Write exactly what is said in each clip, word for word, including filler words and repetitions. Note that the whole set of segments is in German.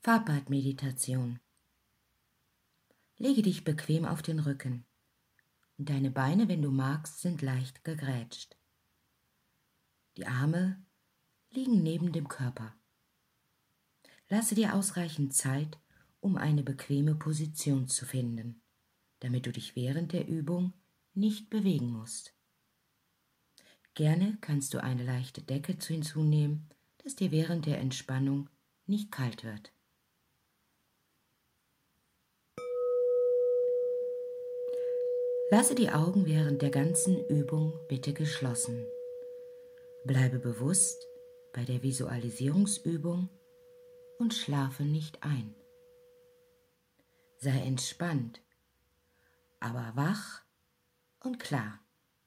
Farbbad-Meditation. Lege dich bequem auf den Rücken und deine Beine, wenn du magst, sind leicht gegrätscht. Die Arme liegen neben dem Körper. Lasse dir ausreichend Zeit, um eine bequeme Position zu finden, damit du dich während der Übung nicht bewegen musst. Gerne kannst du eine leichte Decke hinzunehmen, dass dir während der Entspannung nicht kalt wird. Lasse die Augen während der ganzen Übung bitte geschlossen. Bleibe bewusst bei der Visualisierungsübung und schlafe nicht ein. Sei entspannt, aber wach und klar.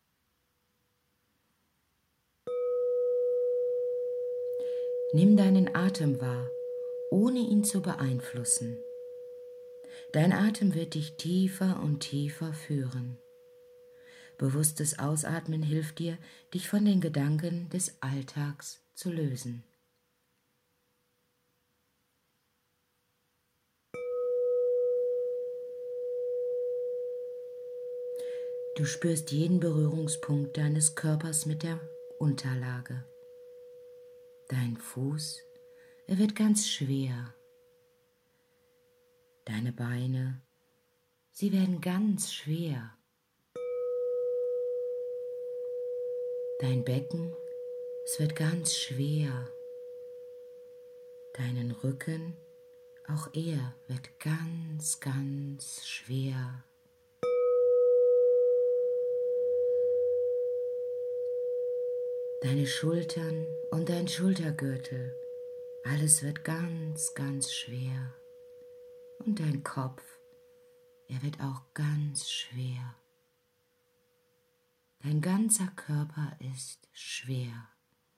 Nimm deinen Atem wahr, ohne ihn zu beeinflussen. Dein Atem wird dich tiefer und tiefer führen. Bewusstes Ausatmen hilft dir, dich von den Gedanken des Alltags zu lösen. Du spürst jeden Berührungspunkt deines Körpers mit der Unterlage. Dein Fuß, er wird ganz schwer. Deine Beine, sie werden ganz schwer. Dein Becken, es wird ganz schwer. Deinen Rücken, auch er wird ganz, ganz schwer. Deine Schultern und dein Schultergürtel, alles wird ganz, ganz schwer. Und dein Kopf, er wird auch ganz schwer. Dein ganzer Körper ist schwer.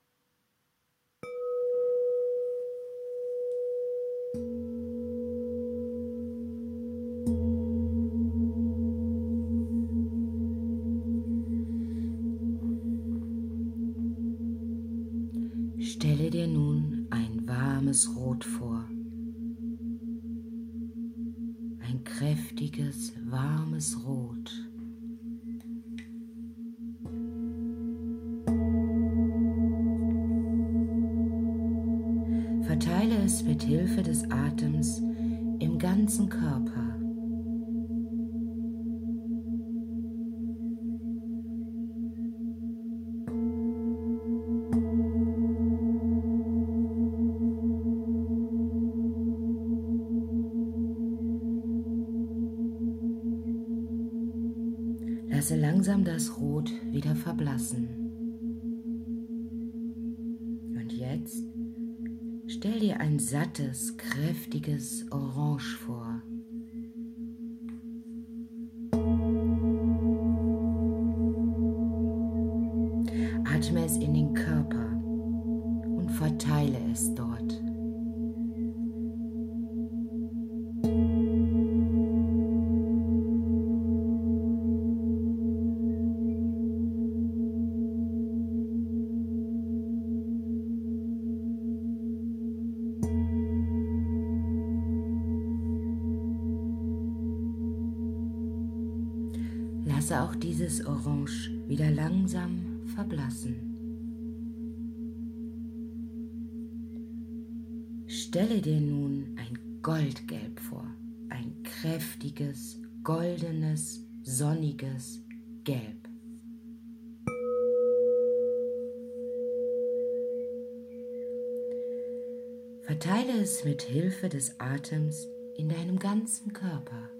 Stelle dir nun ein warmes Rot vor. Ein kräftiges, warmes Rot. Verteile es mit Hilfe des Atems im ganzen Körper. Lasse langsam das Rot wieder verblassen. Und jetzt stell dir ein sattes, kräftiges Orange vor. Atme es in den Körper und verteile es dort. Lasse auch dieses Orange wieder langsam verblassen. Stelle dir nun ein Goldgelb vor, ein kräftiges, goldenes, sonniges Gelb. Verteile es mit Hilfe des Atems in deinem ganzen Körper.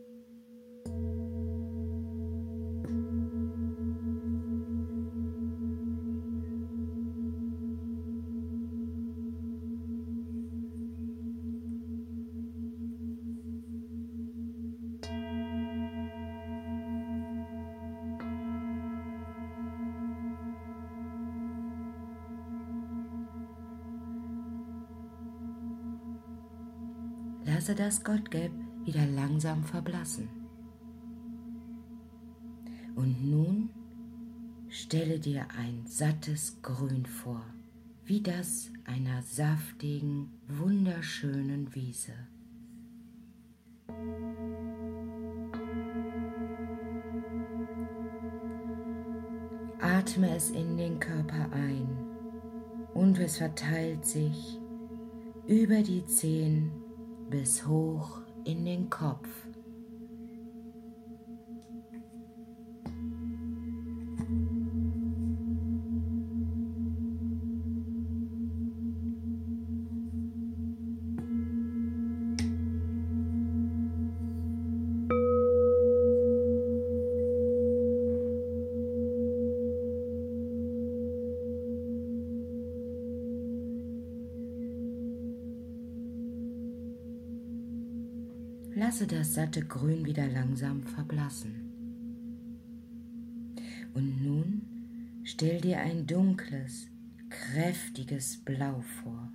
Lasse das Goldgelb wieder langsam verblassen. Und nun stelle dir ein sattes Grün vor, wie das einer saftigen, wunderschönen Wiese. Atme es in den Körper ein und es verteilt sich über die Zehen bis hoch in den Kopf. Lasse das satte Grün wieder langsam verblassen. Und nun stell dir ein dunkles, kräftiges Blau vor.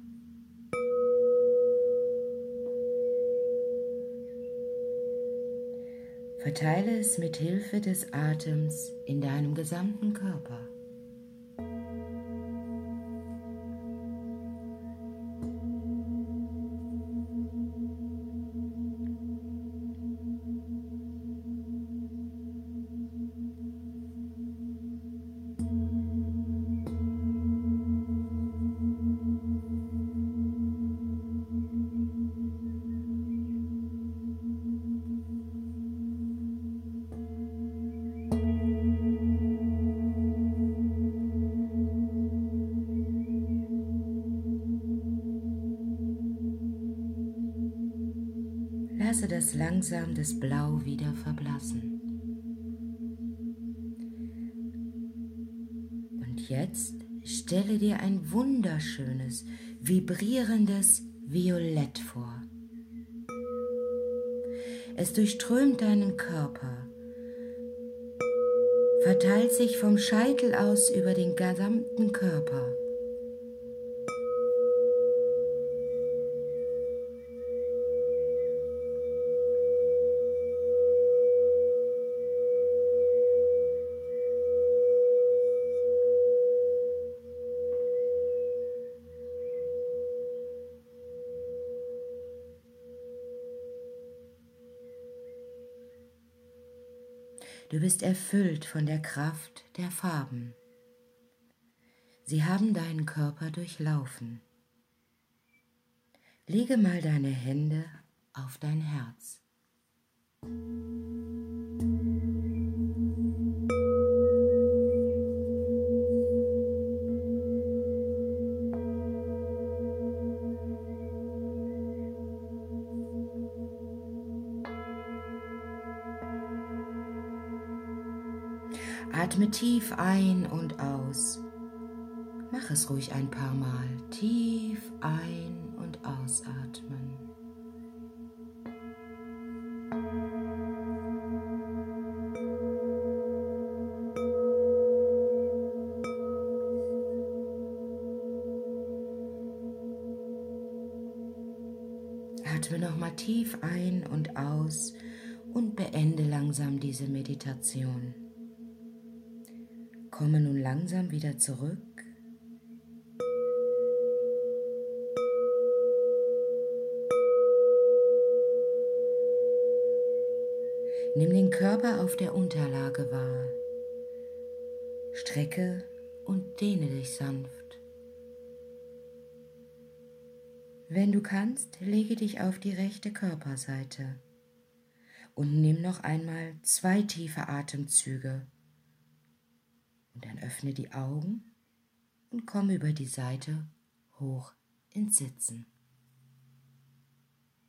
Verteile es mit Hilfe des Atems in deinem gesamten Körper. Lasse das langsam das Blau wieder verblassen. Und jetzt stelle dir ein wunderschönes, vibrierendes Violett vor. Es durchströmt deinen Körper, verteilt sich vom Scheitel aus über den gesamten Körper. Du bist erfüllt von der Kraft der Farben. Sie haben deinen Körper durchlaufen. Lege mal deine Hände auf dein Herz. Atme tief ein und aus. Mach es ruhig ein paar Mal. Tief ein- und ausatmen. Atme nochmal tief ein und aus und beende langsam diese Meditation. Komme nun langsam wieder zurück. Nimm den Körper auf der Unterlage wahr. Strecke und dehne dich sanft. Wenn du kannst, lege dich auf die rechte Körperseite und nimm noch einmal zwei tiefe Atemzüge. Und dann öffne die Augen und komm über die Seite hoch ins Sitzen.